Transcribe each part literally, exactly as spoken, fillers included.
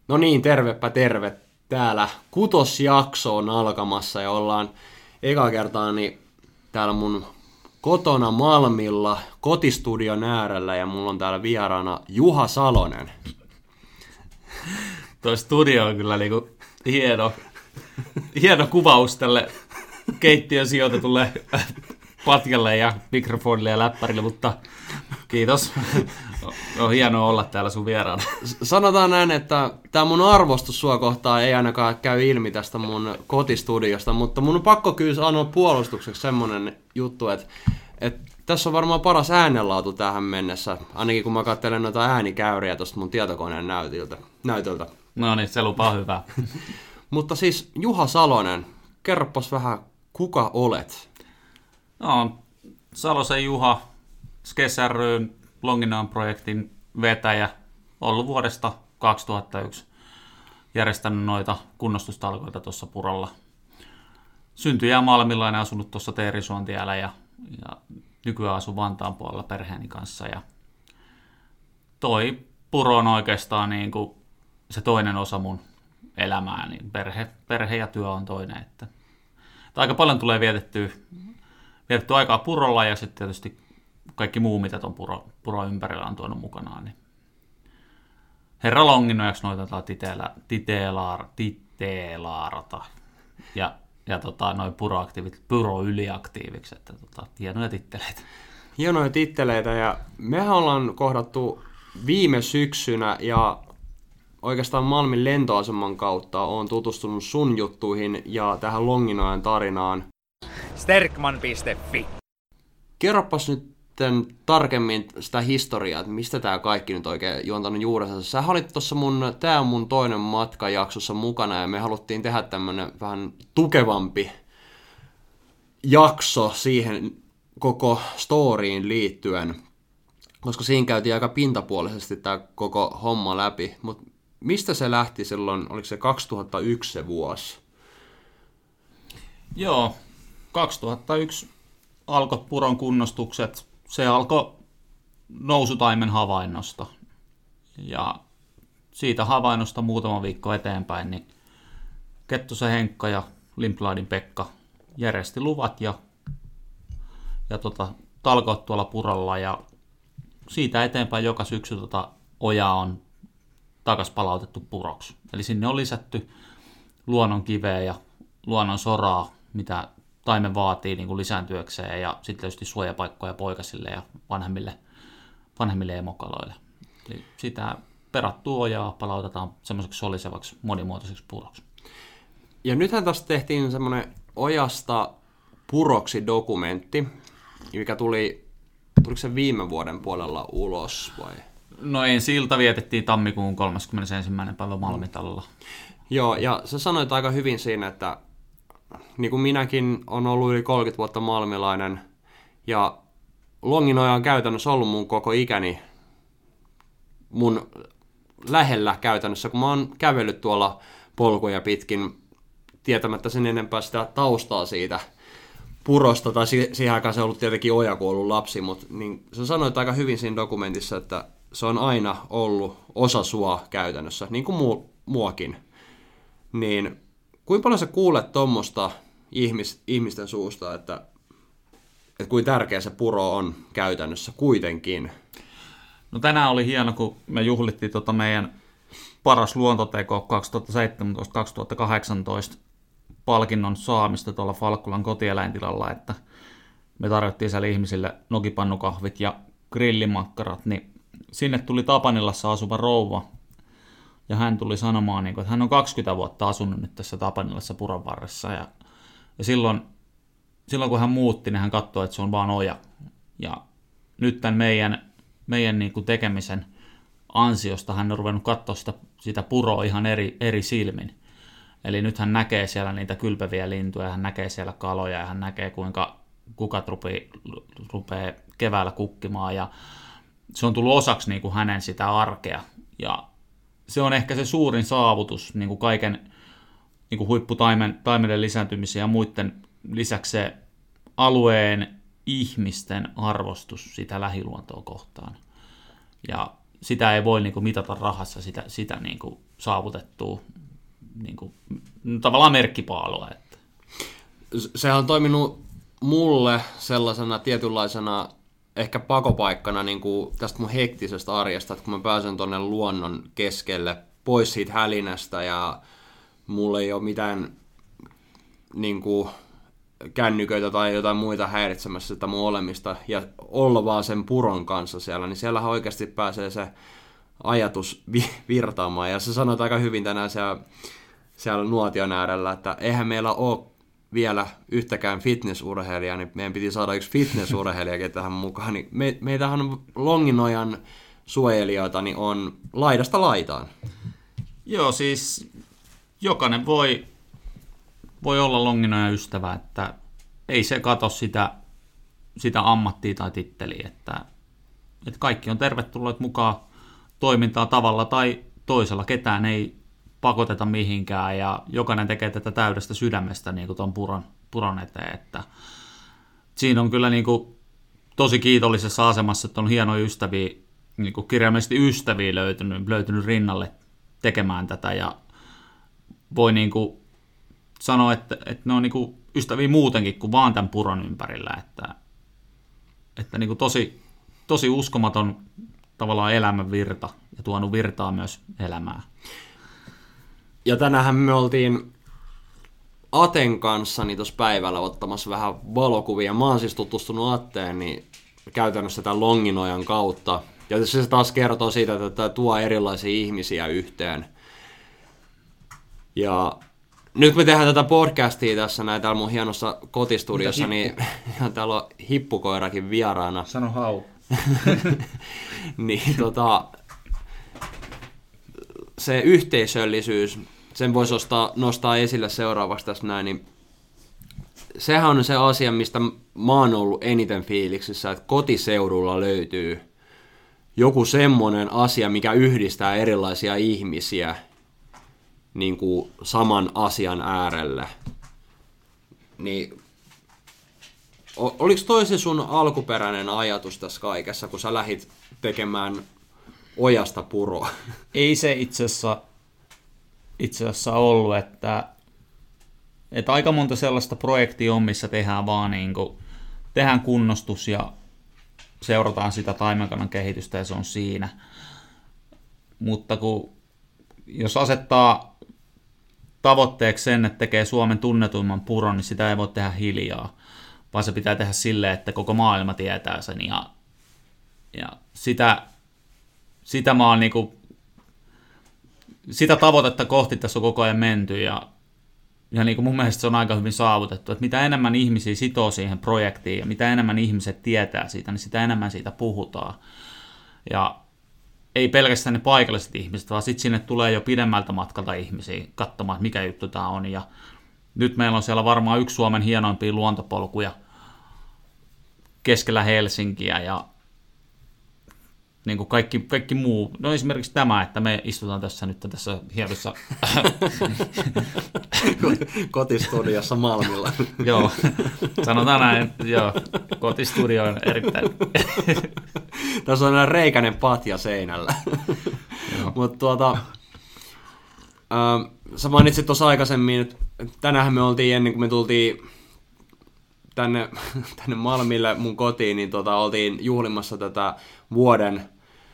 No niin, tervepä terve. Täällä kutosjakso on alkamassa ja ollaan eka kertaa niin täällä mun kotona Malmilla kotistudion äärellä ja mulla on täällä vieraana Juha Salonen. Tuo studio on kyllä niinku hieno, hieno kuvaus tälle keittiön sijoitetulle patjalle ja mikrofonille ja läppärille, mutta kiitos. On hienoa olla täällä sun vieraana. Sanotaan näin, että tämä mun arvostus sua kohtaan ei ainakaan käy ilmi tästä mun kotistudiosta, mutta mun on pakko kyllä sanoa puolustukseksi semmonen juttu, että, että tässä on varmaan paras äänenlaatu tähän mennessä, ainakin kun mä katselen noita äänikäyriä tuosta mun tietokoneen näytöltä. näytöltä. No niin, se lupaa hyvää. Mutta siis Juha Salonen, kerropas vähän, kuka olet? No, Salosen Juha, Skes ry:n Longinaan-projektin vetäjä, ollut vuodesta kaksituhattayksi, järjestänyt noita kunnostustalkoita tuossa Purolla. Syntyjä malmilainen, asunut tuossa Teerisuontiellä ja, ja nykyään asun Vantaan puolella perheeni kanssa. Ja toi Puro on oikeastaan niin kuin se toinen osa mun elämää, niin perhe, perhe ja työ on toinen. Että, että aika paljon tulee vietettyä, vietettyä aikaa Purolla ja sitten tietysti kaikki muu, mitä tuon puro, puro ympärillä on tuonut mukanaan. Niin herra Longinojaksi noita titeela, titeelaar, titeelaarata ja, ja tota, noin puroaktiivit, puro-yliaktiiviksi, että tota, hienoja titteleitä. Hienoja titteleitä ja mehän ollaan kohdattu viime syksynä ja oikeastaan Malmin lentoaseman kautta olen tutustunut sun juttuihin ja tähän Longinojan tarinaan. sterkman piste fi Kerropas nyt tarkemmin sitä historiaa, että mistä tämä kaikki nyt oikein juontanut juurensa. Sä olit tuossa mun, tää on mun toinen matkajaksossa mukana ja me haluttiin tehdä tämmönen vähän tukevampi jakso siihen koko storyin liittyen, koska siinä käytiin aika pintapuolisesti tämä koko homma läpi. Mutta mistä se lähti silloin, oliko se kaksituhattayksi se vuosi? Joo, kaksituhattayksi alkoi Puron kunnostukset. Se alkoi nousutaimen havainnosta. Ja siitä havainnosta muutama viikko eteenpäin, niin Kettusen Henkka ja Limpladin Pekka järjesti luvat ja, ja tota, talkoot tuolla Purolla. Ja siitä eteenpäin joka syksy tota oja on takas palautettu puroksi. Eli sinne on lisätty luonnon kiveä ja luonnon soraa, mitä taimen vaatii niin kuin lisääntyökseen ja sitten tietysti suojapaikkoja poikasille ja vanhemmille, vanhemmille emokaloille. Eli sitä perattua ojaa palautetaan semmoiseksi solisevaksi monimuotoiseksi puroksi. Ja nythän tästä tehtiin semmoinen ojasta puroksi dokumentti, mikä tuli, tuliko se viime vuoden puolella ulos vai? No ensi ilta vietettiin tammikuun kolmaskymmenesensimmäinen päivä Malmitalolla. Joo, ja sä sanoit aika hyvin siinä, että niin kuin minäkin on ollut yli kolmekymmentä vuotta malmilainen, ja Longinoja on käytännössä ollut mun koko ikäni mun lähellä käytännössä, kun mä oon kävellyt tuolla polkuja pitkin, tietämättä sen enempää sitä taustaa siitä purosta, tai siihen aikaan se on ollut tietenkin oja, kun ollut lapsi, mutta niin sä sanoit aika hyvin siinä dokumentissa, että se on aina ollut osa sua käytännössä, niin kuin muu, muakin. Niin kuinka paljon sä kuulet tuommoista ihmis, ihmisten suusta, että, että kuinka tärkeä se puro on käytännössä kuitenkin? No tänään oli hieno, kun me juhlittiin tota meidän paras luontoteko kaksituhattaseitsemäntoista kaksituhattakahdeksantoista palkinnon saamista tuolla Falkkulan kotieläintilalla, että me tarjottiin siellä ihmisille nokipannukahvit ja grillimakkarat, niin sinne tuli Tapanilassa asuva rouva, ja hän tuli sanomaan, että hän on kaksikymmentä vuotta asunut nyt tässä Tapanilassa puron varressa, ja, ja silloin, silloin kun hän muutti, niin hän katsoi, että se on vaan oja. Ja nyt tämän meidän, meidän niin kuin tekemisen ansiosta hän on ruvennut katsoa sitä, sitä puroa ihan eri, eri silmin. Eli nyt hän näkee siellä niitä kylpeviä lintuja, hän näkee siellä kaloja, ja hän näkee, kuinka kukat rupeaa, rupeaa keväällä kukkimaan, ja se on tullut osaksi niin kuin hänen sitä arkea, ja se on ehkä se suurin saavutus niin kuin kaiken niin kuin huipputaimen taimeden lisääntymisen ja muiden lisäksi se alueen ihmisten arvostus sitä lähiluontoa kohtaan. Ja sitä ei voi niin kuin mitata rahassa, sitä, sitä niin kuin saavutettua niin kuin, tavallaan merkkipaalua. Että. Sehän on toiminut mulle sellaisena tietynlaisena ehkä pakopaikkana niin kuin tästä mun hektisestä arjesta, että kun mä pääsen tuonne luonnon keskelle pois siitä hälinästä ja mulla ei ole mitään niin kuin kännyköitä tai jotain muita häiritsemässä sitä mun olemista ja olla vaan sen puron kanssa siellä, niin siellähän oikeasti pääsee se ajatus vi- virtaamaan. Ja se sanoit aika hyvin tänään siellä, siellä nuotion äärellä, että eihän meillä ole vielä yhtäkään fitnessurheilijaa, niin meidän piti saada yksi fitnessurheilijakin tähän mukaan. Niin me, meitähän Longinojan suojelijoita niin on laidasta laitaan. Joo, siis jokainen voi, voi olla Longinojan ystävä, että ei se kato sitä, sitä ammattia tai titteliä, että, että kaikki on tervetulleet mukaan toimintaa tavalla tai toisella. Ketään ei pakoteta mihinkään ja jokainen tekee tätä täydestä sydämestä niin kuin tuon puron, puron eteen. Että siinä on kyllä niin kuin tosi kiitollisessa asemassa, että on hienoja ystäviä, niin kuin kirjaimellisesti ystäviä löytynyt, löytynyt rinnalle tekemään tätä ja voi niin kuin sanoa, että, että ne on niin kuin ystäviä muutenkin kuin vaan tämän puron ympärillä. Että, että niin kuin tosi, tosi uskomaton tavallaan elämän virta ja tuonut virtaa myös elämään. Ja tänähän me oltiin Aten kanssa niin tuossa päivällä ottamassa vähän valokuvia. Mä oon siis tutustunut Atteen niin käytännössä tämän Longinojan kautta. Ja se taas kertoo siitä, että tämä tuo erilaisia ihmisiä yhteen. Ja nyt me tehdään tätä podcastia tässä näin täällä mun hienossa kotistudiossa, niin täällä on hippukoirakin vieraana. Sano hau. niin tota, se yhteisöllisyys, sen voisi nostaa, nostaa esille seuraavaksi tässä näin, niin sehän on se asia, mistä mä oon ollut eniten fiiliksissä, että kotiseudulla löytyy joku semmoinen asia, mikä yhdistää erilaisia ihmisiä niin kuin saman asian äärelle. Niin, oliko toi se sun alkuperäinen ajatus tässä kaikessa, kun sä lähdit tekemään ojasta puroa? Ei se itse asiassa, itse asiassa ollut, että, että aika monta sellaista projektia on, missä tehdään vaan niin kuin, tehdään kunnostus ja seurataan sitä taimenkannan kehitystä ja se on siinä. Mutta kun, jos asettaa tavoitteeksi sen, että tekee Suomen tunnetuimman puron, niin sitä ei voi tehdä hiljaa, vaan se pitää tehdä silleen, että koko maailma tietää sen. Ja, ja sitä, sitä, mä oon niinku, sitä tavoitetta kohti tässä on koko ajan menty ja, ja niinku mun mielestä se on aika hyvin saavutettu. Että mitä enemmän ihmisiä sitoo siihen projektiin ja mitä enemmän ihmiset tietää siitä, niin sitä enemmän siitä puhutaan. Ja ei pelkästään ne paikalliset ihmiset, vaan sitten sinne tulee jo pidemmältä matkalta ihmisiä katsomaan, että mikä juttu tämä on. Ja nyt meillä on siellä varmaan yksi Suomen hienoimpia luontopolkuja keskellä Helsinkiä ja niin kuin kaikki, kaikki muu. No esimerkiksi tämä, että me istutaan tässä nyt tässä hienossa kotistudiossa Malmilla. Joo, sanotaan näin, joo, kotistudio on erittäin. Tässä on näin reikäinen patja seinällä. Mutta tuota, äh, sä mainitsit tuossa aikaisemmin, että tänäänhän me oltiin ennen kuin me tultiin tänne, tänne Malmille mun kotiin, niin tuota, oltiin juhlimassa tätä vuoden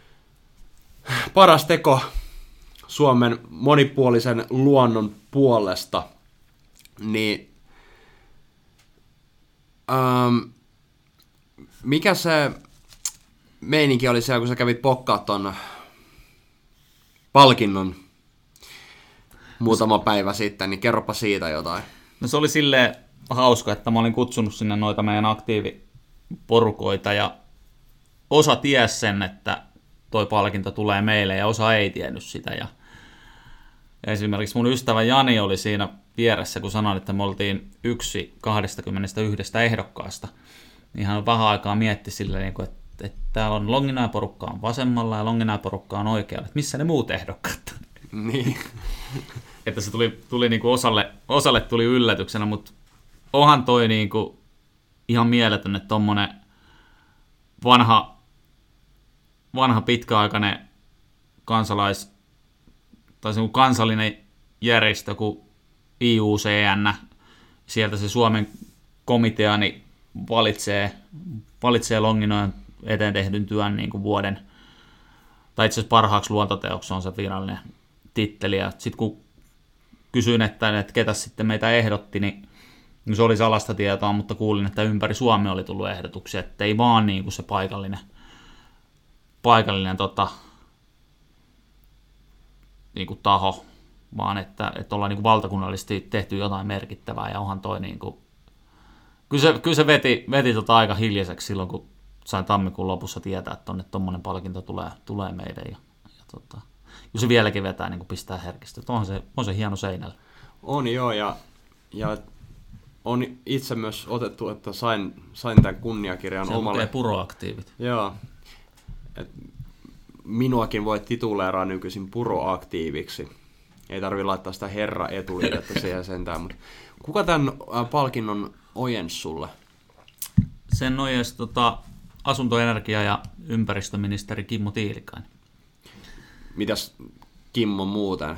paras teko Suomen monipuolisen luonnon puolesta. Niin, ähm, mikä se meininki oli siellä, kun sä kävit pokkaa ton palkinnon muutama päivä sitten, niin kerropa siitä jotain. No se oli silleen hauska, että mä olin kutsunut sinne noita meidän aktiiviporukoita ja osa tiesi sen, että toi palkinto tulee meille ja osa ei tiennyt sitä. Ja esimerkiksi mun ystävä Jani oli siinä vieressä, kun sanoin, että me oltiin yksi kaksikymmentäyksi ehdokkaasta. Niin hän vähän aikaa mietti silleen, että, että täällä on Longinoja-porukka on vasemmalla ja Longinoja-porukka on oikealla. Että missä ne muut ehdokkaat on? Niin. Että se tuli, tuli niinku osalle, osalle tuli yllätyksenä, mutta onhan toi niinku ihan mieletön, että tommonen vanha, vanha pitkäaikainen kansalais, tai se on kansallinen järjestö kuin I U C N, sieltä se Suomen komitea niin valitsee, valitsee Longinojan eteen tehdyn työn niin kuin vuoden, tai itse asiassa parhaaksi luontoteoksi on se virallinen titteli, ja sitten kun kysyin, että, että ketä sitten meitä ehdotti, niin se oli salasta tietoa, mutta kuulin, että ympäri Suomea oli tullut ehdotuksia, että ei vaan niin kuin se paikallinen, paikallinen tota, niin kuin taho, vaan että, että ollaan niin kuin valtakunnallisesti tehty jotain merkittävää, ja onhan toi niin kuin, kyllä se, kyllä se veti, veti tota aika hiljaiseksi silloin, kun sain tammikuun lopussa tietää, että tonne tommonen palkinto tulee, tulee meidän, ja, ja tota, kyllä se vieläkin vetää, niin kuin pistää herkistä, on se, on se hieno seinällä. On joo, ja, ja on itse myös otettu, että sain, sain tämän kunniakirjan se omalle. Se puroaktiivit. Joo. Et minuakin voi tituleeraa nykyisin puroaktiiviksi. Ei tarvitse laittaa sitä herra etuliitettä siihen sentään, mutta kuka tämän palkinnon ojensi sulle? Sen ojensi tota, asunto-, energia- ja ympäristöministeri Kimmo Tiilikainen. Mitäs Kimmo muuten?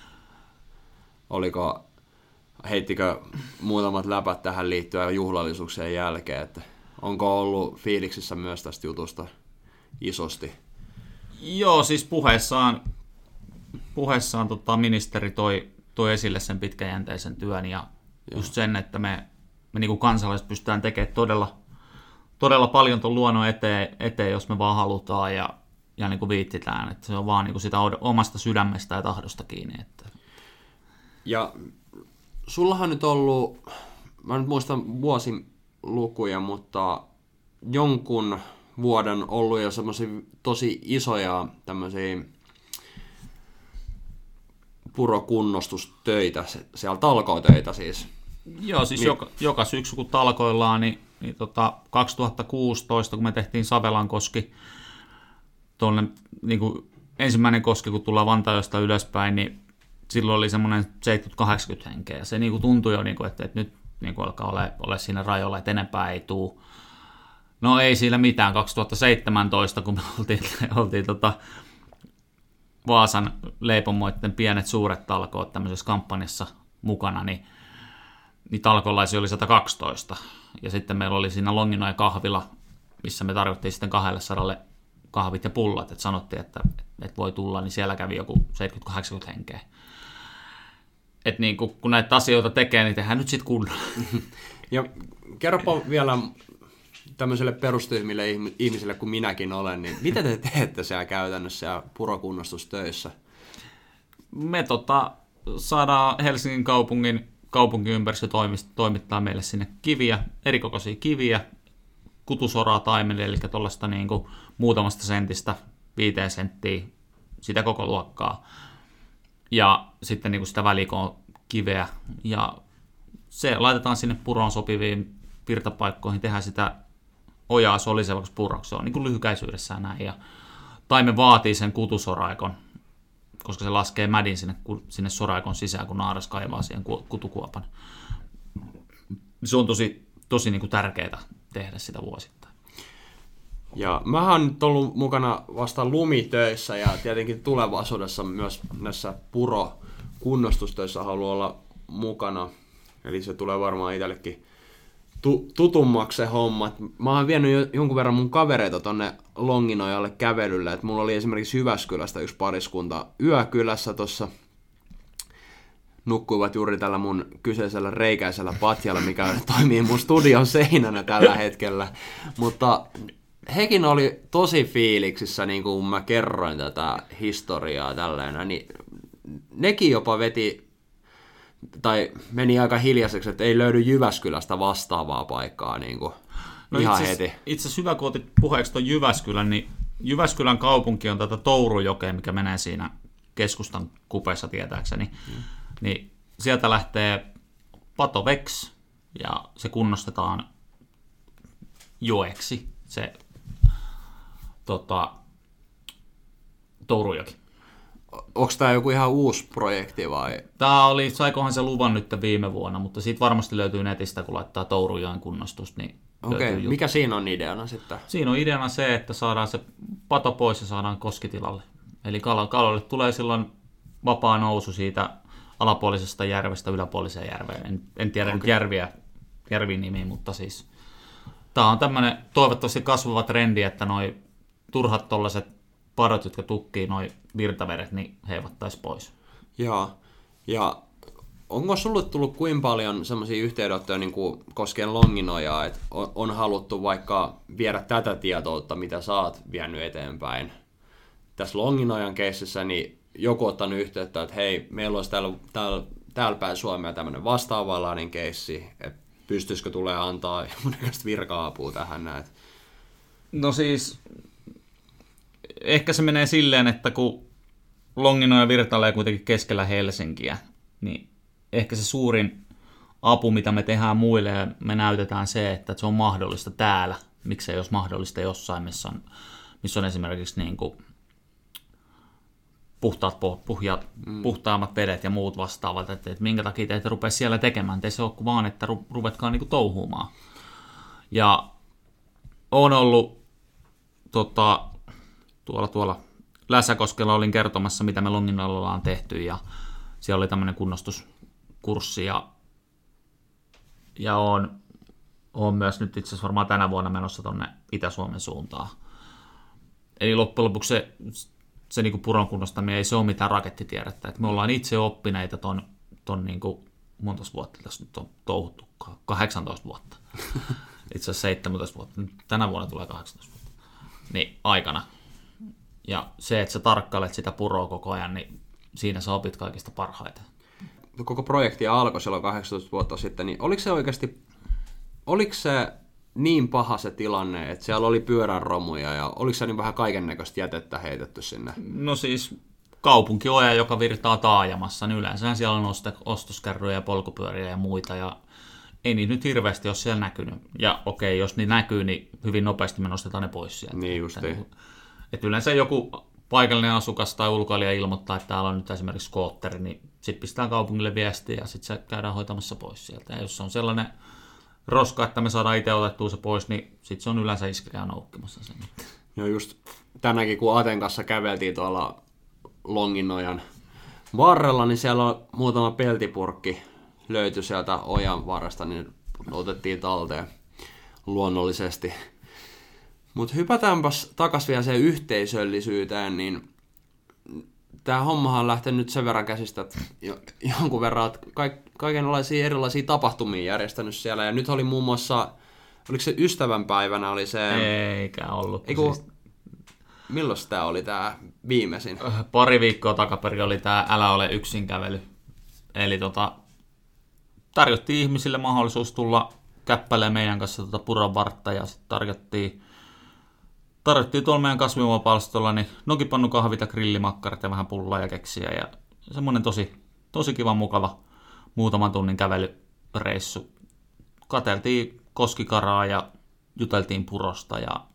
Oliko, heittikö muutamat läpät tähän liittyen juhlallisuuksien jälkeen? Että onko ollut fiiliksissä myös tästä jutusta isosti? Joo, siis puheessaan, puheessaan tota, ministeri toi, toi esille sen pitkäjänteisen työn ja Joo. just sen, että me, me niin kuin kansalaiset pystytään tekemään todella, todella paljon tuon luonnon eteen, eteen, jos me vaan halutaan ja, ja niin kuin viittitään. Että se on vaan niin kuin sitä omasta sydämestä ja tahdosta kiinni. Että. Ja sullahan nyt ollut, mä nyt muistan vuosilukuja, mutta jonkun vuoden ollut jo semmoisia tosi isoja tämmöisiä purokunnostustöitä, siellä talkotöitä siis. Joo, siis niin. joka, joka syksy kun talkoillaan, niin, niin tota kaksituhattakuusitoista, kun me tehtiin Savelankoski, tuonne niin kuin ensimmäinen koski, kun tullaan Vantajosta ylöspäin, niin silloin oli semmoinen seitsemänkymmentä kahdeksankymmentä henkeä, ja se niin kuin tuntui jo, niin kuin, että, että nyt niin kuin alkaa olla, olla siinä rajoilla, että enempää ei tule. No ei siinä mitään, kaksituhattaseitsemäntoista, kun me oltiin, oltiin tota Vaasan leipomoiden pienet suuret talkoot tämmöisessä kampanjassa mukana, niin, niin talkolaisia oli sata kaksitoista. Ja sitten meillä oli siinä Longinoja kahvila, missä me tarvittiin sitten kaksisataa kahvit ja pullat, että sanottiin, että, että voi tulla, niin siellä kävi joku seitsemänkymmentä kahdeksankymmentä henkeä. Että niin kun, kun näitä asioita tekee, niin tehdään nyt sitten kunnolla. Ja kerropa vielä tämmöiselle perustyhmille ihmisille kuin minäkin olen, niin mitä te teette siellä käytännössä ja purokunnostustöissä? Me tota, saadaan Helsingin kaupungin kaupunkiympäristö toimittaa meille sinne kiviä, erikokoisia kiviä, kutusoraa taimelle, eli tuollaista niin kuin muutamasta sentistä viiteen senttiä, sitä koko luokkaa. Ja sitten niin kuin sitä välikon kiveä, ja se laitetaan sinne puroon sopiviin virtapaikkoihin, tehdään sitä ojaa solisevaksi puroksi, se on niin kuin lyhykäisyydessään näin, ja taime vaatii sen kutusoraikon, koska se laskee mädin sinne, sinne soraikon sisään, kun naaras kaivaa siihen kutukuopan. Se on tosi, tosi niin kuin tärkeää tehdä sitä vuosittain. Ja mä oon nyt ollut mukana vasta lumitöissä ja tietenkin tulevaisuudessa myös näissä puro-kunnostustöissä haluan olla mukana. Eli se tulee varmaan itsellekin tu- tutummaksi se homma. Mä oon vienyt jo jonkun verran mun kavereita tonne Longinojalle kävelylle. Et mulla oli esimerkiksi Jyväskylästä yksi pariskunta yökylässä tuossa. Nukkuivat juuri tällä mun kyseisellä reikäisellä patjalla, mikä toimii mun studion seinänä tällä hetkellä. Mutta hekin oli tosi fiiliksissä, niin kun mä kerroin tätä historiaa tällainen, niin nekin jopa veti, tai meni aika hiljaiseksi, että ei löydy Jyväskylästä vastaavaa paikkaa niin kuin no ihan itse, heti. Itse asiassa hyvä, kun otit puheeksi tuon Jyväskylän, niin Jyväskylän kaupunki on tätä Tourujokea, mikä menee siinä keskustan kupeessa tietääkseni, hmm. niin sieltä lähtee Patoveks ja se kunnostetaan joeksi, se tota, Tourujoki. Onko tämä joku ihan uusi projekti vai? Tämä oli, saikohan se luvan nyt viime vuonna, mutta siitä varmasti löytyy netistä, kun laittaa Tourujoen kunnostusta. Niin okei, okay. Mikä siinä on ideana sitten? Siinä on ideana se, että saadaan se pato pois ja saadaan koskitilalle. Eli kal- kaloille tulee silloin vapaa nousu siitä alapuolisesta järvestä yläpuoliseen järveen. En, en tiedä okay. nyt järviä, järvin nimiä, mutta siis tämä on tämmöinen toivottavasti kasvava trendi, että noi turhat tollaiset padot, jotka tukkii noi virtaveret, niin heivattaisi pois. Joo, ja onko sulle tullut kuinka paljon semmoisia yhteydenottoja niin kuin koskien Longinojaa, että on, on haluttu vaikka viedä tätä tietoutta, mitä sä oot vienyt eteenpäin? Tässä Longinojan keississä niin joku ottanut yhteyttä, että hei, meillä olisi täällä, täällä, täällä päin Suomea tämmöinen vastaavanlainen keissi, että pystyisikö tulee antaa jonkinlaista virka-apua tähän näin? No siis, ehkä se menee silleen, että kun Longinoja virtailee kuitenkin keskellä Helsinkiä, niin ehkä se suurin apu, mitä me tehdään muille, ja me näytetään se, että se on mahdollista täällä, miksei olisi mahdollista jossain, missä on, missä on esimerkiksi niin kuin puhtaat pohjat, mm. puhtaammat vedet ja muut vastaavat, että, että minkä takia te ette rupea siellä tekemään, te se ole vaan, että ru, ruvetkaa niin kuin touhuumaan. Ja on ollut tota, tuolla, tuolla Lässäkoskella olin kertomassa, mitä me Longinojalla ollaan tehty, ja siellä oli tämmöinen kunnostuskurssi, ja, ja on, on myös nyt itse asiassa varmaan tänä vuonna menossa tuonne Itä-Suomen suuntaan. Eli loppujen lopuksi se, se niin kuin puron kunnostaminen ei se ole mitään rakettitiedettä. Et me ollaan itse oppineita ton, ton niin kuin, montas vuotta tässä nyt on touhuttu, kahdeksantoista vuotta. Itse asiassa seitsemäntoista vuotta, tänä vuonna tulee kahdeksantoista vuotta. Niin aikana. Ja se, että sä tarkkailet sitä puroa koko ajan, niin siinä sä opit kaikista parhaiten. Koko projekti alkoi silloin kahdeksantoista vuotta sitten, niin oliko se oikeasti, oliko se niin paha se tilanne, että siellä oli pyöränromuja ja oliko se niin vähän kaikennäköistä jätettä heitetty sinne? No siis kaupunkioja, joka virtaa taajamassa, niin yleensä siellä on ostoskärryjä ja polkupyöriä ja muita, ja ei niitä nyt hirveästi ole siellä näkynyt. Ja okei, jos niin näkyy, niin hyvin nopeasti me nostetaan ne pois sieltä. Niin justiin. Että yleensä joku paikallinen asukas tai ulkoilija ilmoittaa, että täällä on nyt esimerkiksi skootteri, niin sitten pistetään kaupungille viestiä ja sitten se käydään hoitamassa pois sieltä. Ja jos on sellainen roska, että me saadaan itse otettua se pois, niin sitten se on yleensä iskejä noukkimassa sen. Joo, just tänäkin kun Aten kanssa käveltiin tuolla Longinojan varrella, niin siellä on muutama peltipurkki löytyi sieltä ojan varresta, niin otettiin talteen luonnollisesti. Mutta hypätäänpäs takaisin vielä siihen yhteisöllisyyteen, niin tämä hommahan on lähtenyt sen verran käsistä, että jonkun verran kaikenlaisia erilaisia tapahtumia järjestänyt siellä. Ja nyt oli muun muassa, oliko se ystävänpäivänä, oli se... Eikä ollut. Eiku, siis... Milloin tämä oli tämä viimeisin? Pari viikkoa takaperin oli tämä Älä ole yksin kävely. Eli tota, tarjottiin ihmisille mahdollisuus tulla käppäilemään meidän kanssa tota puron vartta ja sitten tarjottiin Tarvittiin tuolla meidän kasvihuonepalstolla niin nokipannukahvit ja grillimakkarat ja vähän pullaa ja keksiä. Ja semmoinen tosi, tosi kiva, mukava muutaman tunnin kävelyreissu. Kateltiin koskikaraa ja juteltiin purosta ja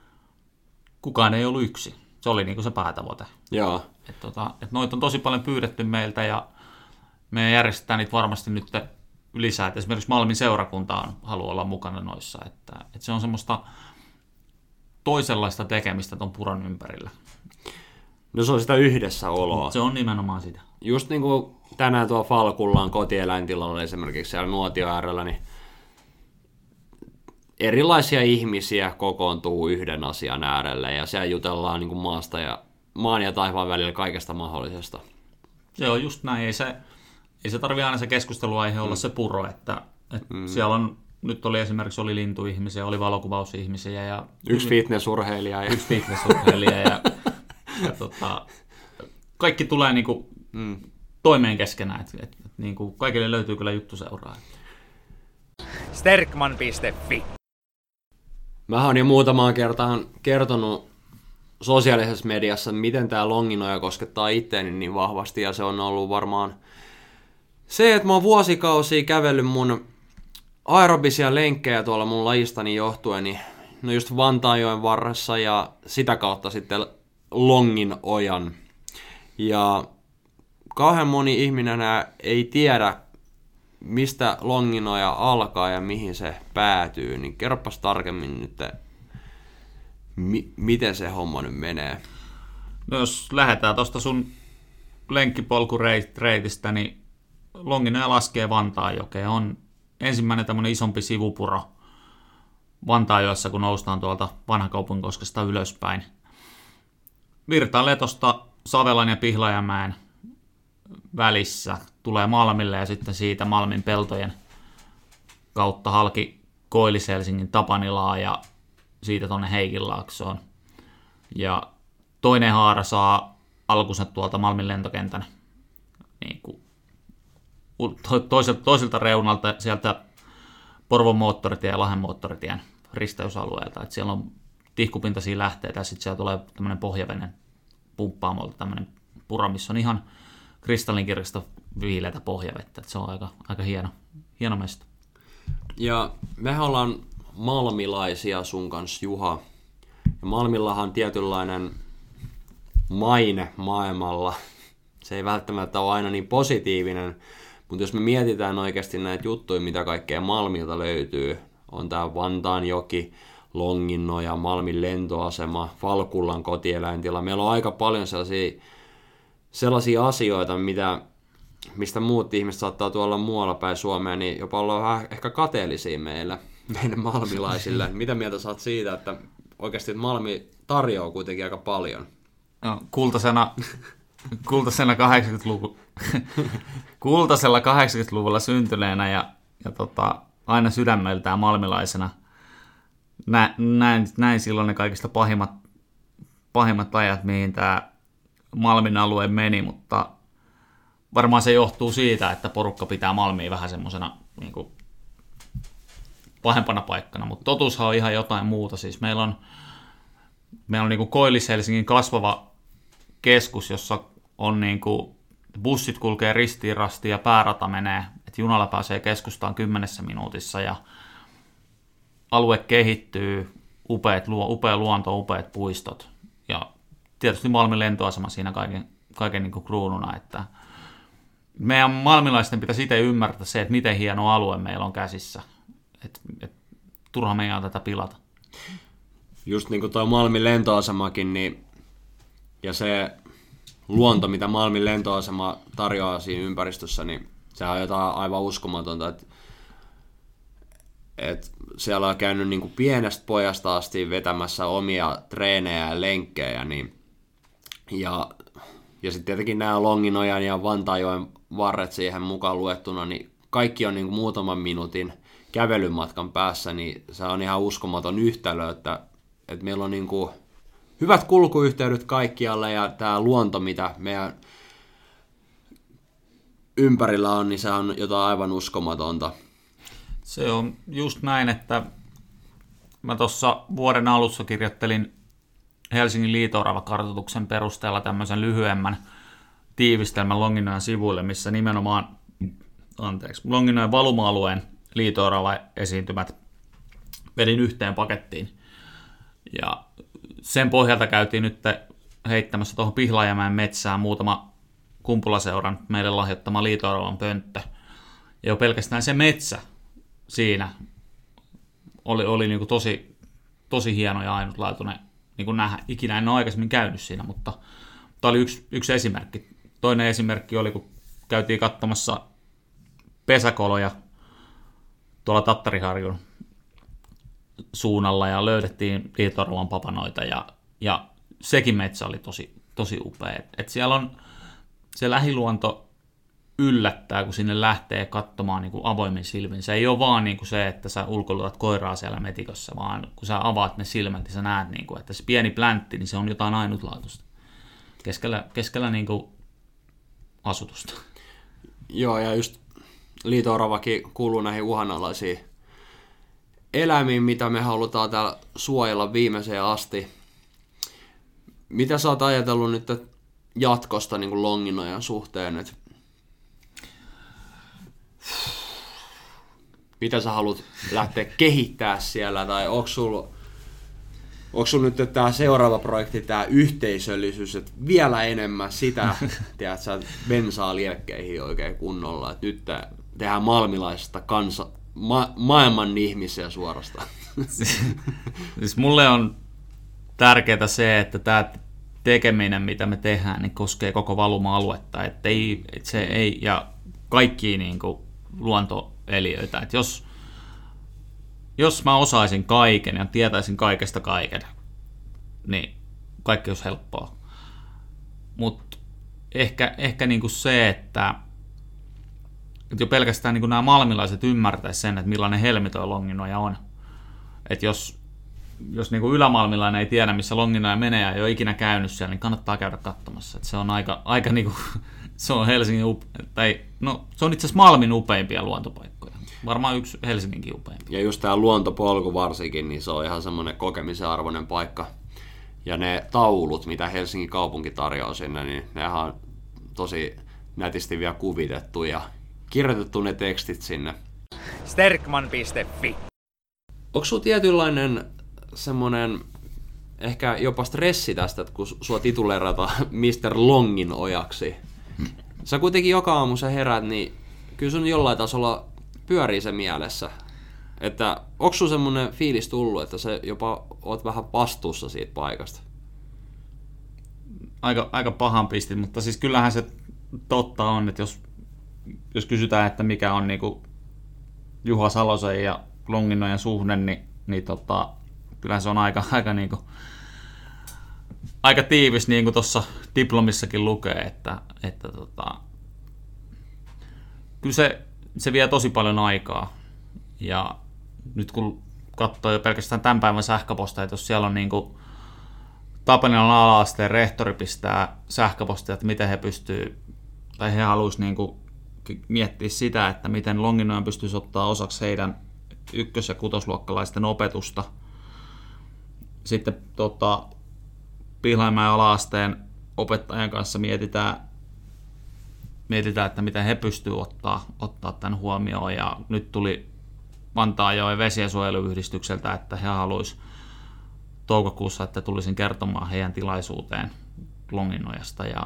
kukaan ei ollut yksi. Se oli niinku se päätavoite. Joo. Et tota, et noita on tosi paljon pyydetty meiltä ja me järjestetään niitä varmasti nyt lisää. Et esimerkiksi Malmin seurakunta on, haluaa olla mukana noissa. Että, et se on semmoista toisenlaista tekemistä ton puron ympärillä. No se on sitä yhdessäoloa. Se on nimenomaan sitä. Just niin kuin tänään tuo Falkullaan kotieläintilalla esimerkiksi siellä nuotio äärellä, niin erilaisia ihmisiä kokoontuu yhden asian äärelle ja siellä jutellaan niin kuin maasta ja maan ja taivaan välillä kaikesta mahdollisesta. Se on just näin. Ei se, ei se tarvitse aina se keskusteluaihe olla mm. se puro, että, että mm. siellä on nyt oli esimerkiksi oli lintuihmisiä, oli valokuvausihmisiä. Ja yksi fitnessurheilija. Ja... Yksi fitnessurheilija. ja, ja tota, kaikki tulee niinku mm. toimeen keskenään. Et, et, et, niinku, kaikille löytyy kyllä juttuseuraa. sterkman piste fi Mä oon jo muutamaan kertaan kertonut sosiaalisessa mediassa, miten tää Longinoja koskettaa itteeni niin vahvasti. Ja se on ollut varmaan se, että mä oon vuosikausia kävellyt mun aerobisia lenkkejä tuolla mun lajistani johtuen, niin no just Vantaanjoen varressa ja sitä kautta sitten Longinojan. Ja kauhean moni ihminen ei tiedä, mistä Longinoja alkaa ja mihin se päätyy, niin kerropas tarkemmin nyt, mi- miten se homma nyt menee. No jos lähdetään tuosta sun lenkkipolkureitistä, niin Longinoja laskee Vantaanjokeen. On ensimmäinen tämmöinen isompi sivupuro Vantaanjoessa, kun noustaan tuolta Vanhakaupunkoskesta ylöspäin. Virtailee tuosta Savelan ja Pihlajamäen välissä, tulee Malmille ja sitten siitä Malmin peltojen kautta halki Koillis-Helsingin Tapanilaa ja siitä tuonne Heikinlaaksoon. Ja toinen haara saa alkunsa tuolta Malmin lentokentän niin kuin toiselta, toiselta reunalta sieltä Porvon moottoritien ja Lahden moottoritien risteysalueelta. Et siellä on tihkupintaisia lähteitä ja sitten siellä tulee tämmöinen pohjavenen pumppaamolta tämmöinen pura, missä on ihan kristallinkirkasta viileitä pohjavettä. Et se on aika, aika hieno, hieno mesta. Ja mehän ollaan malmilaisia sun kanssa, Juha. Ja Malmillahan on tietynlainen maine maailmalla. Se ei välttämättä ole aina niin positiivinen, mutta jos me mietitään oikeasti näitä juttuja, mitä kaikkea Malmilta löytyy, on tää Vantaanjoki, Longinnoja, Malmin lentoasema, Falkullan kotieläintila. Meillä on aika paljon sellaisia, sellaisia asioita, mitä, mistä muut ihmiset saattaa tuolla muualla päin Suomea, niin jopa olla vähän ehkä kateellisia meillä, meidän malmilaisille. Mitä mieltä saat siitä, että oikeasti Malmi tarjoaa kuitenkin aika paljon? No, kultasena, kultasena kahdeksankymmentäluvulla, kultasella kahdeksankymmentäluvulla syntyneenä ja, ja tota, aina sydämeltään malmilaisena Nä, näin, näin silloin ne kaikista pahimmat, pahimmat ajat, mihin tämä Malmin alue meni, mutta varmaan se johtuu siitä, että porukka pitää Malmia vähän semmoisena niin kuin pahempana paikkana, mutta totuushan on ihan jotain muuta. Siis meillä on, meillä on niin kuin Koillis-Helsingin kasvava keskus, jossa on niin kuin bussit kulkee ristiin rastiin ja päärata menee, että junalla pääsee keskustaan kymmenessä minuutissa ja alue kehittyy, upeat, upea luonto, upeat puistot ja tietysti Malmin lentoasema siinä kaiken, kaiken niin kuin kruununa. Että meidän malmilaisten pitäisi itse ymmärtää se, että miten hieno alue meillä on käsissä. Et, et, turha meidän tätä pilata. Just niin kuin tuo Malmin lentoasemakin, niin, ja se luonto, mitä Malmin lentoasema tarjoaa siinä ympäristössä, niin sehän on jotain aivan uskomatonta, että Et siellä on käynyt niin kuin pienestä pojasta asti vetämässä omia treenejä ja lenkkejä. Niin, ja ja sitten tietenkin nämä Longinojan ja Vantaanjoen varret siihen mukaan luettuna, niin kaikki on niin kuin muutaman minuutin kävelymatkan päässä, niin se on ihan uskomaton yhtälö, että, että meillä on niin kuin hyvät kulkuyhteydet kaikkialle ja tämä luonto, mitä meidän ympärillä on, niin se on jotain aivan uskomatonta. Se on just näin, että mä tuossa vuoden alussa kirjoittelin Helsingin liito-orava-kartoituksen perusteella tämmöisen lyhyemmän tiivistelmän Longinojan sivuille, missä nimenomaan anteeksi, Longinojan valuma-alueen liito-orava-esiintymät vedin yhteen pakettiin. Ja sen pohjalta käytiin nyt heittämässä tuohon Pihlajamäen metsään muutama kumpulaseuran meille lahjoittama liito-oravan pönttö. Ja jo pelkästään se metsä siinä oli, oli niin kuin tosi, tosi hieno ja ainutlaatuinen niin kuin nähdä. Ikinä en ole aikaisemmin käynyt siinä, mutta tämä oli yksi, yksi esimerkki. Toinen esimerkki oli, kun käytiin katsomassa pesäkoloja tuolla Tattariharjun suunnalla ja löydettiin liito-oravan papanoita ja, ja sekin metsä oli tosi, tosi upea. Et siellä on se lähiluonto yllättää, kun sinne lähtee katsomaan niin kuin avoimin silmin. Se ei ole vaan niin kuin se, että sä ulkoilutat koiraa siellä metikossa, vaan kun sä avaat ne silmät, niin sä näet, niin kuin, että se pieni pläntti, niin se on jotain ainutlaatuista keskellä, keskellä niin kuin asutusta. Joo, ja just liito-oravakin kuuluu näihin uhanalaisiin eläimiin, mitä me halutaan täällä suojella viimeiseen asti. Mitä sä oot ajatellut nyt jatkosta niin kuin Longinojan suhteen? Et mitä sä haluat lähteä kehittää siellä, tai onko sulla onko sulla nyt tämä seuraava projekti, tämä yhteisöllisyys, että vielä enemmän sitä, tiedät sä, bensaa liekkeihin oikein kunnolla, että nyt tehdään malmilaisesta kansa, ma- maailman ihmisiä suorastaan. Siis mulle on tärkeää se, että tämä tekeminen, mitä me tehdään, niin koskee koko valuma-aluetta, että ei, et se ei, ja kaikkia niin kuin luontoeliöitä. Et jos, jos mä osaisin kaiken ja tietäisin kaikesta kaiken, niin kaikki olisi helppoa. Mutta ehkä, ehkä niin kuin se, että, että jo pelkästään niin kuin nämä malmilaiset ymmärtäisivät sen, että millainen helmi tuo Longinoja on. Että jos Jos niinku ylämalmilainen ei tiedä, missä Longinoja menee ja ei ole ikinä käynyt siellä, niin kannattaa käydä katsomassa. Et se on aika, aika niinku, se on Helsingin upe- tai no, se on itse asiassa Malmin upeimpia luontopaikkoja. Varmaan yksi Helsinginkin upeimpia. Ja just tämä luontopolku varsinkin, niin se on ihan semmoinen kokemisen arvoinen paikka. Ja ne taulut, mitä Helsingin kaupunki tarjoaa sinne, niin nehän on tosi nätisti vielä kuvitettu ja kirjoitettu ne tekstit sinne. sterkman piste fi. Onko sulla tietynlainen semmoinen ehkä jopa stressi tästä, että kun sua tituleerataan mister Longinojaksi. Sä kuitenkin joka aamu sä herät, niin kyllä sun jollain tasolla pyörii se mielessä. Että onko sulla semmoinen fiilis tullut, että sä jopa oot vähän vastuussa siitä paikasta? Aika, aika pahan pistin, mutta siis kyllähän se totta on, että jos, jos kysytään, että mikä on niinku Juha Salosen ja Longinojan suhde, niin, niin tota, kyllä se on aika, aika, niinku, aika tiivis, niin kuin tuossa diplomissakin lukee, että, että tota, kyllä se, se vie tosi paljon aikaa. Ja nyt kun katsoo jo pelkästään tämän päivän sähköposteja, että jos siellä on niin kuin Tapanilan ala-asteen rehtori pistää sähköpostia, että miten he pystyy, tai he haluaisivat niin kuin miettiä sitä, että miten Longinojan pystyisi ottaa osaksi heidän ykkös- ja kutosluokkalaisten opetusta. Sitten tota, Pihlajamäen ala-asteen opettajan kanssa mietitään, mietitään, että miten he pystyvät ottaa, ottaa tämän huomioon. Ja nyt tuli Vantaajoen vesiensuojeluyhdistykseltä, että he haluaisivat toukokuussa, että tulisin kertomaan heidän tilaisuuteen Longinojasta. Ja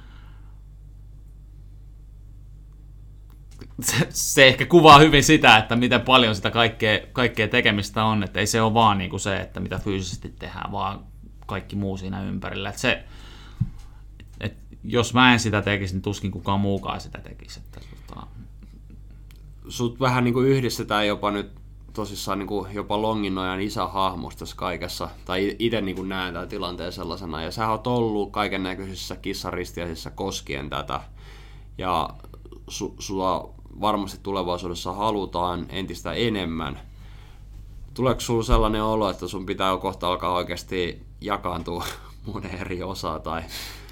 se, se ehkä kuvaa hyvin sitä, että miten paljon sitä kaikkea, kaikkea tekemistä on, että ei se ole vaan niin kuin se, että mitä fyysisesti tehdään, vaan kaikki muu siinä ympärillä. Että se, et jos mä en sitä tekisi, niin tuskin kukaan muukaan sitä tekisi. Että, tota... Sut vähän niin kuin yhdistetään jopa nyt tosissaan niin kuin jopa Longinojan isähahmosta tässä kaikessa, tai itse niin kuin näen tämän tilanteen sellaisena, ja sä oot ollut kaiken näköisissä kissaristiaisissa koskien tätä, ja su, sulla varmasti tulevaisuudessa halutaan entistä enemmän. Tuleeko sulla sellainen olo, että sun pitää kohta alkaa oikeasti jakaantua monen eri osaa? Tai...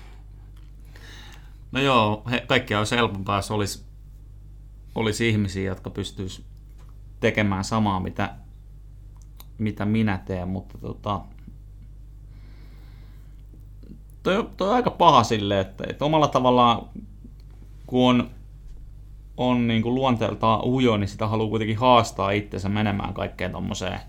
No joo, he, kaikkea olisi helpompaa, jos olisi, olisi ihmisiä, jotka pystyisivät tekemään samaa, mitä, mitä minä teen, mutta tota, toi, toi on aika paha silleen, että, että omalla tavallaan, kun on, on niin kuin luonteeltaan ujo, niin sitä haluaa kuitenkin haastaa itsensä menemään kaikkeen tommoseen,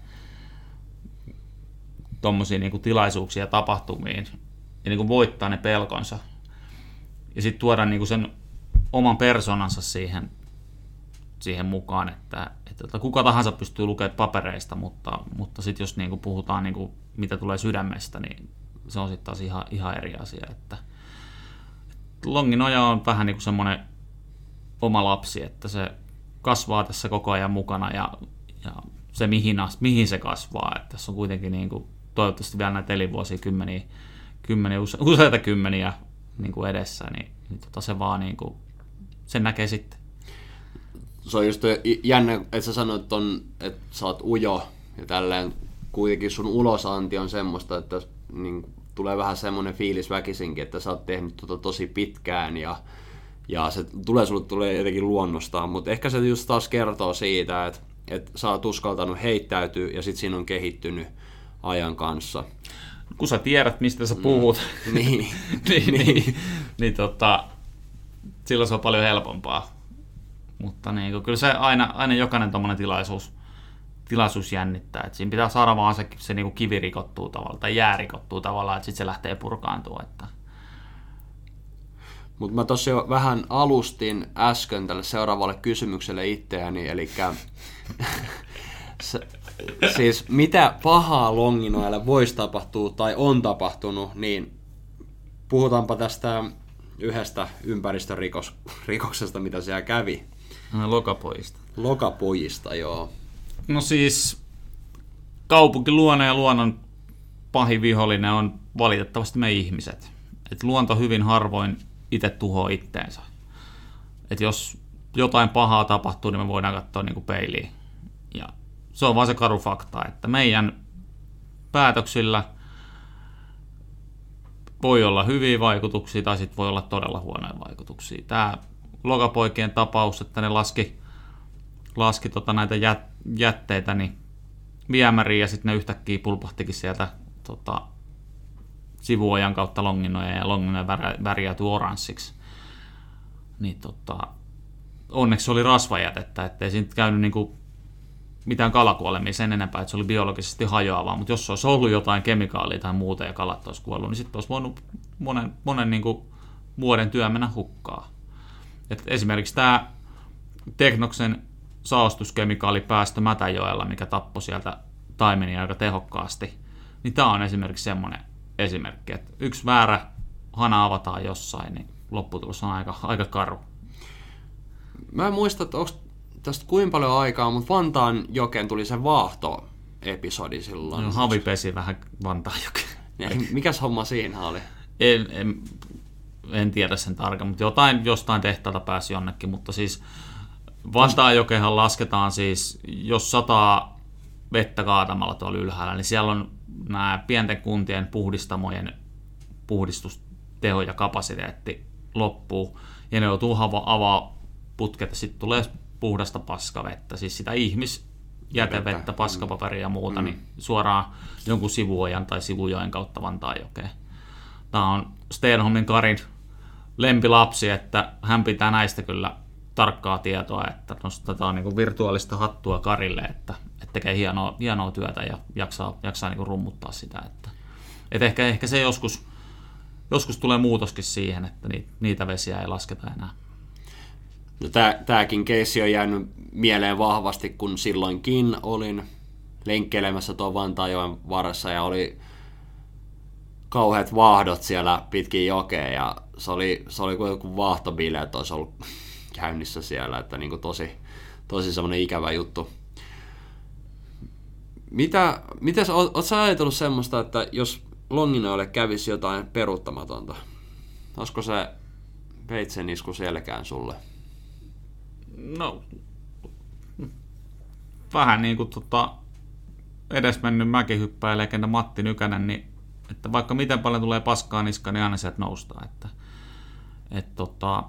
tommosiin niin kuin tilaisuuksiin ja tapahtumiin ja niin kuin voittaa ne pelkonsa. Ja sitten tuoda niin kuin sen oman persoonansa siihen, siihen mukaan, että, että kuka tahansa pystyy lukemaan papereista, mutta, mutta sitten jos niin kuin puhutaan, niin kuin, mitä tulee sydämestä, niin se on sitten taas ihan, ihan eri asia. Että, että Longinoja on vähän niin kuin semmoinen oma lapsi, että se kasvaa tässä koko ajan mukana ja, ja se mihin, mihin se kasvaa. Että tässä on kuitenkin niin kuin, toivottavasti vielä näitä elinvuosia kymmeniä, kymmeniä useita kymmeniä niin kuin edessä, niin, niin tota se vaan niin kuin, sen näkee sitten. Se on just jännä, että sä sanoit, ton, että sä oot ujo ja tälleen kuitenkin sun ulosanti on semmoista, että niin, tulee vähän semmoinen fiilis väkisinkin, että sä oot tehnyt tota tosi pitkään ja, ja se tulee sulle tulee jotenkin luonnostaan, mutta ehkä se just taas kertoo siitä, että, että sä oot uskaltanut heittäytyä ja sit siinä on kehittynyt ajan kanssa. Kun sä tiedät, mistä sä puhut, mm. niin. niin, niin, niin tota, silloin se on paljon helpompaa. Mutta niin, kyllä se aina, aina jokainen tommoinen tilaisuus, tilaisuus jännittää. Et siinä pitää saada vaan se, se niin kuin kivi rikottuu tavallaan, tai jää rikottuu tavallaan, että sitten se lähtee purkaantua. Että... Mutta mä tossa jo vähän alustin äsken tälle seuraavalle kysymykselle itseäni, eli siis mitä pahaa Longinojalle voisi tapahtua tai on tapahtunut, niin puhutaanpa tästä yhdestä ympäristörikoksesta, mitä siellä kävi. Lokapojista. Lokapojista, joo. No siis kaupunkiluonne ja luonnon pahin vihollinen on valitettavasti me ihmiset. Et luonto hyvin harvoin itse tuhoaa itteensä. Et jos jotain pahaa tapahtuu, niin me voidaan katsoa niin kuin peiliin. Ja se on vaan se karu fakta, että meidän päätöksillä voi olla hyviä vaikutuksia tai sitten voi olla todella huonoja vaikutuksia. Tämä Lokapoikien tapaus, että ne laski, laski tota näitä jät, jätteitä niin viemäriin ja sitten ne yhtäkkiä pulpahtikin sieltä tota, sivuojan kautta Longinoja ja Longinoja värjäytyi oranssiksi. Niin, tota, onneksi oli rasvajätettä, ettei siinä käynyt niinku mitään kalakuolemia sen enempää, että se oli biologisesti hajoavaa, mutta jos olisi ollut jotain kemikaalia tai muuta ja kalat olisi kuollut, niin sitten olisi voinut monen, monen niinku vuoden työ mennä hukkaan. Et esimerkiksi tämä Teknoksen saostuskemikaalipäästö Mätäjoella, mikä tappoi sieltä taimenia aika tehokkaasti, niin tämä on esimerkiksi semmoinen esimerkki, että yksi väärä hana avataan jossain, niin lopputulos on aika, aika karu. Mä en muista, että onko tästä kuinka paljon aikaa, mutta Vantaan jokeen tuli se vaahto-episodi silloin. No, havi pesi vähän Vantaan jokeen. Mikäs homma siinä oli? En, en, en tiedä sen tarkkaan, mutta jotain jostain tehtaalta pääsi jonnekin, mutta siis Vantaan jokehan lasketaan siis, jos sataa vettä kaatamalla tuolla ylhäällä, niin siellä on nämä pienten kuntien puhdistamojen puhdistusteho ja kapasiteetti loppuu, ja ne joutuu avaa putket, ja sitten tulee puhdasta paskavettä, siis sitä ihmisjätevettä, paskapaperia ja muuta, mm. niin suoraan jonkun sivuojan tai sivujoen kautta Vantaanjokeen. Tämä on Stenholmin Karin lempilapsi, että hän pitää näistä kyllä tarkkaa tietoa, että nostetaan niin kuin virtuaalista hattua Karille, että, että tekee hienoa, hienoa työtä ja jaksaa, jaksaa niin kuin rummuttaa sitä. Että, että ehkä, ehkä se joskus, joskus tulee muutoskin siihen, että niitä vesiä ei lasketa enää. No, tämäkin keissi on jäänyt mieleen vahvasti, kun silloinkin olin lenkkeilemässä tuon Vantaanjoen varressa ja oli kauheat vaahdot siellä pitkin jokea ja se oli, se oli kuin joku vaahtobileet olisi ollut käynnissä siellä, että niin kuin tosi, tosi semmoinen ikävä juttu. Mitä, mites, oot, oot sä ajatellut semmoista, että jos Longinoille kävisi jotain peruuttamatonta, olisiko se veitsen isku selkään sulle? No, vähän niin kuin tota, edesmennyt mäkihyppäjälegenda Matti Nykänen, niin että vaikka miten paljon tulee paskaa niskaan, niin aina sieltä noustaan. Että, et, tota,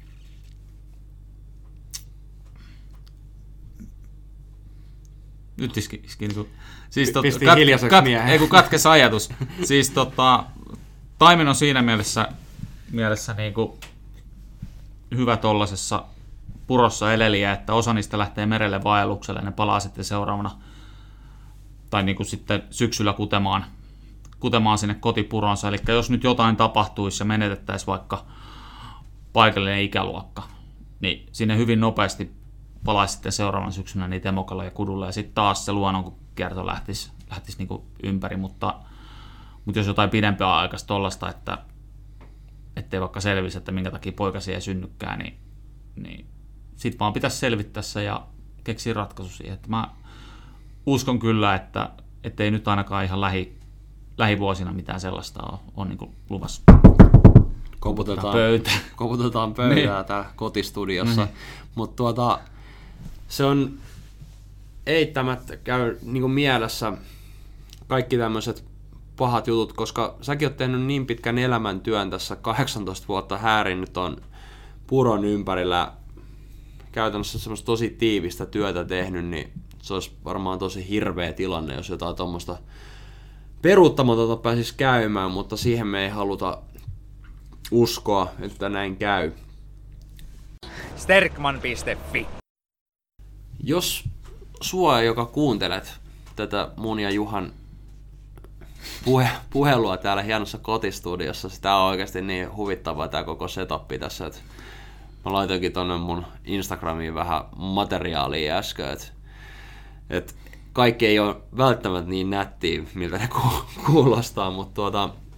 nyt iski, iski niin kuin, siis tot, Pisti kat, hiljaiseksi kat, miehen. ei kun katkes ajatus. Siis tota, Taimen on siinä mielessä, mielessä niin kuin hyvä tollasessa purossa eleliä, että osa niistä lähtee merelle vaellukselle, ne palaa sitten seuraavana tai niin kuin sitten syksyllä kutemaan, kutemaan sinne kotipuronsa. Eli jos nyt jotain tapahtuisi ja menetettäisiin vaikka paikallinen ikäluokka, niin sinne hyvin nopeasti palaisi sitten seuraavan syksynä niitä emokaloja kudulle ja sitten taas se luonnonkierto lähtisi, lähtisi niin kuin ympäri, mutta, mutta jos jotain pidempää aikaista tollasta, että ettei vaikka selvisi, että minkä takia poikasi ei synnykään, niin, niin sitten vaan pitäisi selvittää se ja keksiä ratkaisu siihen. Että mä uskon kyllä, että ei nyt ainakaan ihan lähi, lähivuosina mitään sellaista ole, on niin kuin luvassa. Koputetaan pöytään, koputetaan pöytää täällä kotistudiossa, mm-hmm. mutta tuota, se on eittämättä käy niin kuin mielessä kaikki tämmöiset pahat jutut, koska säkin oot tehnyt niin pitkän elämäntyön tässä, kahdeksantoista vuotta häärinnyt on puron ympärillä, käytännössä semmoista tosi tiivistä työtä tehnyt, niin se olisi varmaan tosi hirveä tilanne, jos jotain tuommoista peruuttamatonta pääsisi käymään, mutta siihen me ei haluta uskoa, että näin käy. sterkman piste fi. Jos sua, joka kuuntelet tätä mun ja Juhan puhe, puhelua täällä hienossa kotistudiossa, sitä on oikeasti niin huvittavaa tämä koko setappi tässä, että mä laitoinkin tonne mun Instagramiin vähän materiaalia äsken, että, että kaikki ei ole välttämättä niin nättiä, miltä ne kuulostaa, mutta tuota,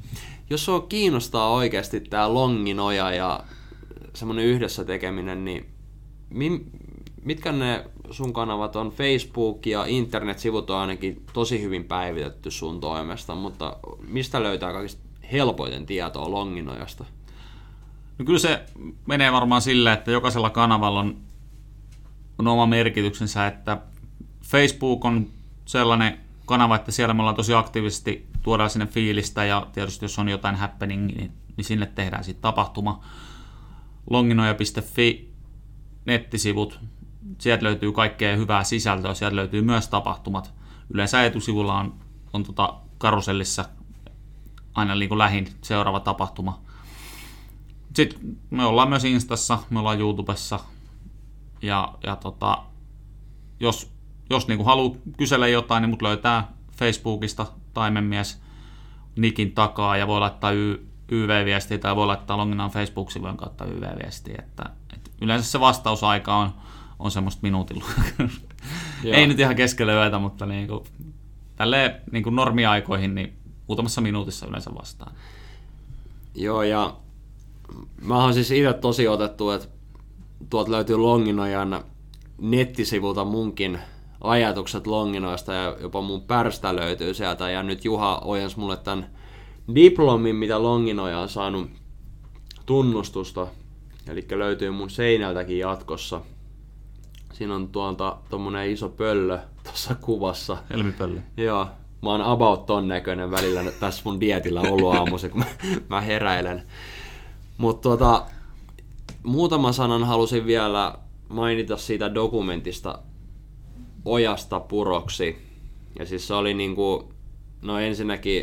jos sua kiinnostaa oikeasti tää Longinoja ja semmonen yhdessä tekeminen, niin mi, mitkä ne sun kanavat on? Facebook ja internetsivut on ainakin tosi hyvin päivitetty sun toimesta, mutta mistä löytää kaikista helpoiten tietoa Longinojasta? No kyllä se menee varmaan silleen, että jokaisella kanavalla on, on oma merkityksensä, että Facebook on sellainen kanava, että siellä me ollaan tosi aktiivisesti, tuodaan sinne fiilistä ja tietysti jos on jotain happening, niin, niin sinne tehdään sitten tapahtuma. Longinoja piste fi nettisivut, sieltä löytyy kaikkea hyvää sisältöä, sieltä löytyy myös tapahtumat. Yleensä etusivulla on, on tota karusellissa aina niin kuin lähin seuraava tapahtuma. Sitten me ollaan myös Instassa, me ollaan YouTubessa ja, ja tota, jos, jos niin kuin haluaa kysellä jotain, niin mut löytää Facebookista Taimenmies nikin takaa ja voi laittaa y, Y V-viestiä tai voi laittaa Longinaan Facebook-sivujen kautta Y V-viestiä. Että, et yleensä se vastausaika on, on semmoista minuutilla. Ei nyt ihan keskellä yötä, mutta niin kuin, tälleen niin kuin normiaikoihin niin muutamassa minuutissa yleensä vastaan. Joo, ja mä oon siis itse tosi otettu, että tuolta löytyy Longinojan nettisivulta munkin ajatukset Longinoista ja jopa mun pärstä löytyy sieltä. Ja nyt Juha ojensi mulle tämän diplomin, mitä Longinoja on saanut tunnustusta. Eli löytyy mun seinältäkin jatkossa. Siinä on tuolta tommonen iso pöllö tuossa kuvassa. Helmipöllö. Joo. Mä oon about ton näköinen välillä tässä mun dietillä ollut aamuisin, kun mä, mä heräilen. Mutta tuota, muutaman sanan halusin vielä mainita siitä dokumentista Ojasta puroksi. Ja siis se oli niinku, no ensinnäkin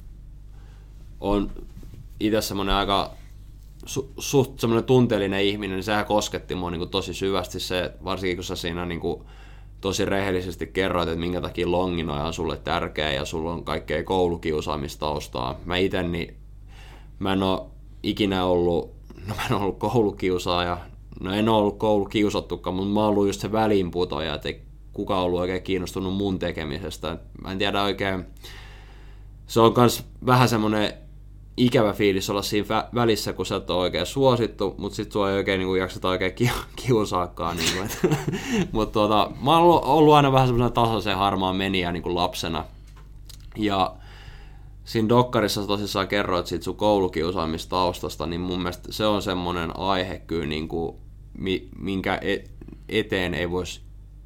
on itse semmonen aika su, suht semmonen tunteellinen ihminen, niin sehän kosketti mua niinku tosi syvästi se, varsinkin kun sä siinä niinku tosi rehellisesti kerroit, että minkä takia Longinoja on sulle tärkeä ja sulla on kaikkea koulukiusaamistaustaa. Mä ite, niin mä en oo ikinä ollut, no mä en oo ollut koulukiusaaja, no en oo ollut koulukiusattukaan, mutta mä oon ollut just se väliinputoja, että ei kukaan ollut oikein kiinnostunut mun tekemisestä. Mä en tiedä oikein, se on kans vähän semmonen ikävä fiilis olla siinä välissä, kun sä et ole oikein suosittu, mutta sit sua ei oikein niin jakseta oikein kiusaakaan. Niin mutta tuota, mä oon ollut aina vähän semmoinen tasaisen harmaan menijä niin lapsena. Ja siinä dokkarissa tosissaan kerroit siitä sun koulukiusaamistaustasta, niin mun mielestä se on semmoinen aihe kyllä, niin kuin, minkä eteen ei vois,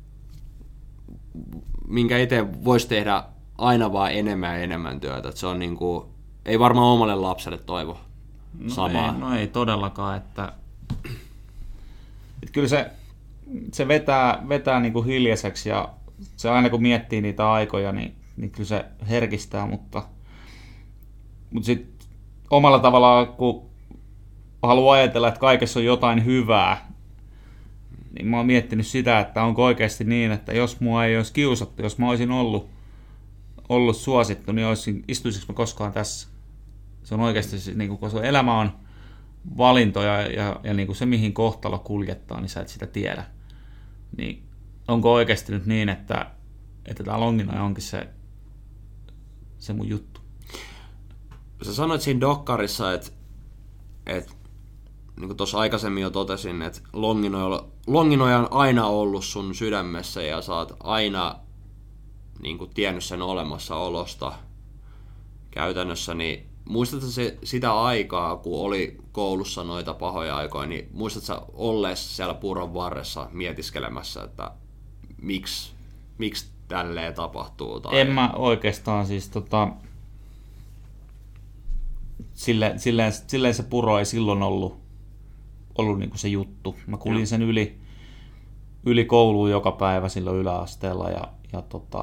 minkä eteen voisi tehdä aina vaan enemmän ja enemmän työtä. Et se on niin kuin, ei varmaan omalle lapselle toivo samaa. No ei, no ei todellakaan, että, että kyllä se, se vetää, vetää niin kuin hiljaiseksi ja se aina kun miettii niitä aikoja, niin, niin kyllä se herkistää, mutta, mutta sitten omalla tavallaan, kun haluaa ajatella, että kaikessa on jotain hyvää, niin mä oon miettinyt sitä, että onko oikeasti niin, että jos mua ei olisi kiusattu, jos mä olisin ollut, ollut suosittu, niin olisin, istuisinko mä koskaan tässä? Se on oikeasti, niin kun se elämä on valintoja ja, ja niin kuin se, mihin kohtalo kuljettaa, niin sä et sitä tiedä. Niin onko oikeasti nyt niin, että, että tämä Longinoja onkin se, se mun juttu? Sä sanoit siinä dokkarissa, että, että niin kuin tuossa aikaisemmin jo totesin, että Longinoja, Longinoja on aina ollut sun sydämessä ja sä oot aina niin kuin tiennyt sen olemassaolosta käytännössä, niin muistatko se sitä aikaa, kun oli koulussa noita pahoja aikoja, niin muistatko sä olleessa siellä puron varressa mietiskelemässä, että miksi, miksi tälleen tapahtuu? Tai... En mä oikeastaan siis tota... Silleen, silleen, silleen se puro ei silloin ollut, ollut niinku se juttu. Mä kuljin sen yli, yli kouluun joka päivä silloin yläasteella ja, ja tota...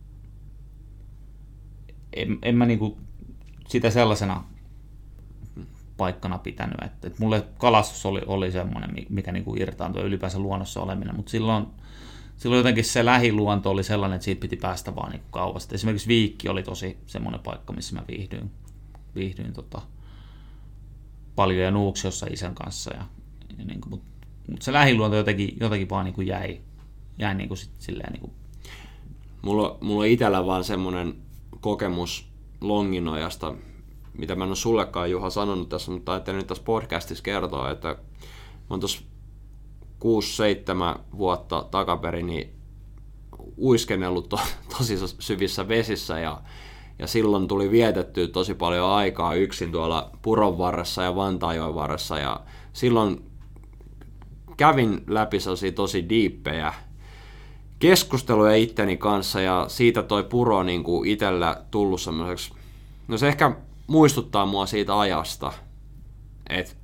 En, en mä niinku sitä sellaisena paikkana pitänyt, että, että mulle kalastus oli, oli semmoinen, mikä niinku irtaantui ylipäänsä luonnossa oleminen, mutta silloin, silloin jotenkin se lähiluonto oli sellainen, että siitä piti päästä vaan niinku kauas. Esimerkiksi Viikki oli tosi semmoinen paikka, missä mä viihdyin, viihdyin tota, paljon ja Nuuksiossa isän kanssa, ja, ja niinku, mutta mut se lähiluonto jotenkin, jotenkin vaan niinku jäi, jäi niinku sit silleen niinku... Mulla, mulla on itsellä vaan semmoinen kokemus Longinojasta, mitä mä en ole sullekaan Juha sanonut tässä, mutta ajattelin nyt tässä podcastissa kertoa, että mä oon tuossa kuusi seitsemän vuotta takaperin niin uiskennellut to, tosi syvissä vesissä ja, ja silloin tuli vietettyä tosi paljon aikaa yksin tuolla Puron varressa ja Vantaajoen varressa ja silloin kävin läpi sellaisia tosi diippejä keskusteluja itteni kanssa ja siitä toi Puro niin kuin itsellä tullut semmoiseksi, no se ehkä muistuttaa mua siitä ajasta, että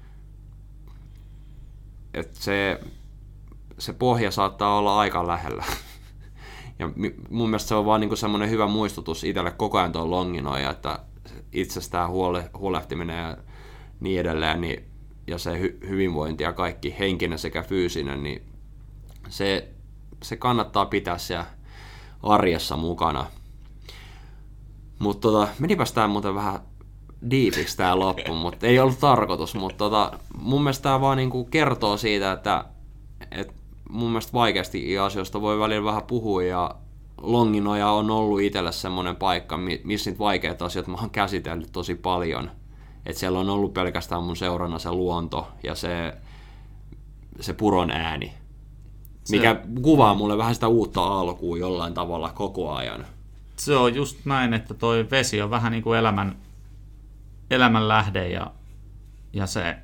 et se, se pohja saattaa olla aika lähellä. Ja mun mielestä se on vaan niinku semmoinen hyvä muistutus itselle koko ajan tuon Longinoja, että itsestään huole, huolehtiminen ja niin edelleen, niin, ja se hy, hyvinvointi ja kaikki henkinen sekä fyysinen, niin se, se kannattaa pitää siellä arjessa mukana. Mutta tota, menipäs tää muuten vähän diipiksi tää loppu, mutta ei ollut tarkoitus, mutta tota, mun mielestä tää vaan niinku kertoo siitä, että et mun mielestä vaikeasti asioista voi välillä vähän puhua ja Longinoja on ollut itselle semmoinen paikka, missä niitä vaikeita asioita mä oon käsitellyt tosi paljon. Että siellä on ollut pelkästään mun seurana se luonto ja se, se Puron ääni, mikä se kuvaa mulle vähän sitä uutta alkua jollain tavalla koko ajan. Se on just näin, että toi vesi on vähän niin kuin elämän, elämän lähde ja, ja se,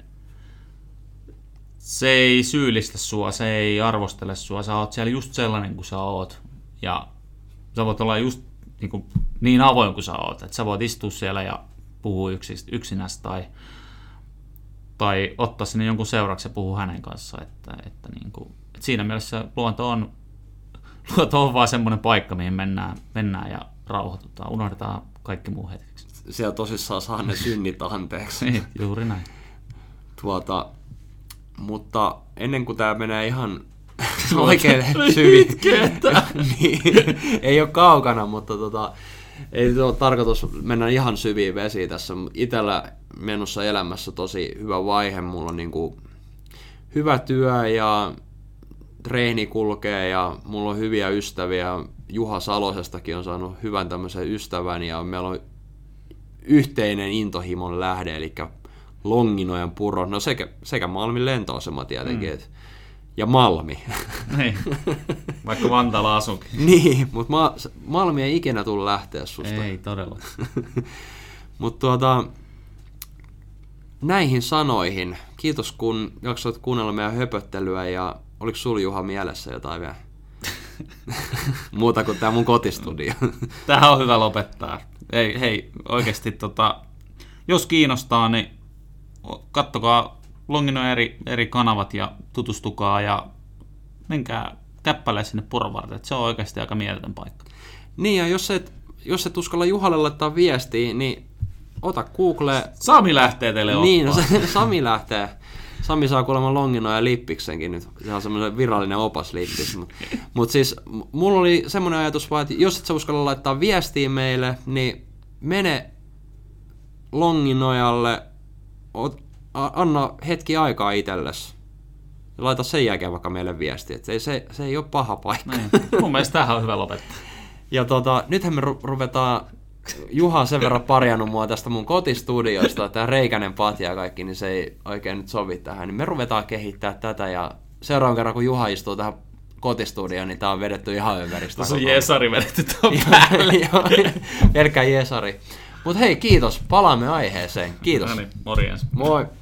se ei syyllistä sua, se ei arvostele sua, sä oot siellä just sellainen kuin sä oot ja sä voit olla just niin, kuin, niin avoin kuin sä oot, että sä voit istua siellä ja puhua yksinäs tai, tai ottaa sinne jonkun seuraksi ja puhua hänen kanssaan, että, että, niin kuin, että siinä mielessä luonto on, luonto on vaan semmoinen paikka, mihin mennään, mennään ja rauhoitutaan, unohdetaan kaikki muu hetkeksi. Siellä tosissaan saa ne synnit anteeksi. Niin, juuri näin. Tuota, mutta ennen kuin tämä menee ihan oikein syviin, niin, ei ole kaukana, mutta tota, ei ole tarkoitus mennä ihan syviin vesiin tässä. Itsellä menossa elämässä tosi hyvä vaihe, mulla on niinku hyvä työ ja treeni kulkee ja mulla on hyviä ystäviä. Juha Salosestakin on saanut hyvän tämmöisen ystävän ja meillä on yhteinen intohimon lähde, eli Longinojan Puro, no sekä, sekä Malmin lentoasema tietenkin, mm. ja Malmi. Niin, vaikka Vantaalla asunkin. Niin, mutta ma- Malmi ei ikinä tule lähteä susta. Ei todella. Mutta tuota, näihin sanoihin, kiitos kun jaksoit kuunnella meidän höpöttelyä, ja oliko sulla Juha mielessä jotain vielä? Muuta kuin tämä mun kotistudio. Tähän on hyvä lopettaa. Ei, hei, oikeasti tota, jos kiinnostaa, niin kattokaa Longinojan eri, eri kanavat ja tutustukaa ja menkää käppäleen sinne Puron varteen. Se on oikeasti aika mieletön paikka. Niin, ja jos et, jos et uskalla Juhalle laittaa viestiä, niin ota Google. Sami lähtee teille oppaan. Niin, no se, Sami lähtee. Sami saa kuulemma Longinojan lippiksenkin nyt. Se on semmoinen virallinen opaslippis. Mutta mut siis mulla oli semmoinen ajatus vaan, että jos et sä uskalla laittaa viestiä meille, niin mene Longinojalle, ot, a, anna hetki aikaa itsellesi. Ja laita sen jälkeen vaikka meille viestiä. Se, se, se ei ole paha paikka. Niin. Mun mielestä tähän on hyvä lopettaa. Ja tota, nythän me ru- ruvetaan, Juha on sen verran parjannut mua tästä mun kotistudiosta, tämä reikäinen patja ja kaikki, niin se ei oikein nyt sovi tähän. Niin me ruvetaan kehittää tätä ja seuraavan kerran kun Juha istuu tähän kotistudioon, niin tää on vedetty ihan ympäristä. Tuossa on Jesari vedetty tuon päälle. Pelkkä Jesari. Mut hei, kiitos. Palaamme aiheeseen. Kiitos. No niin, morjens. Moi.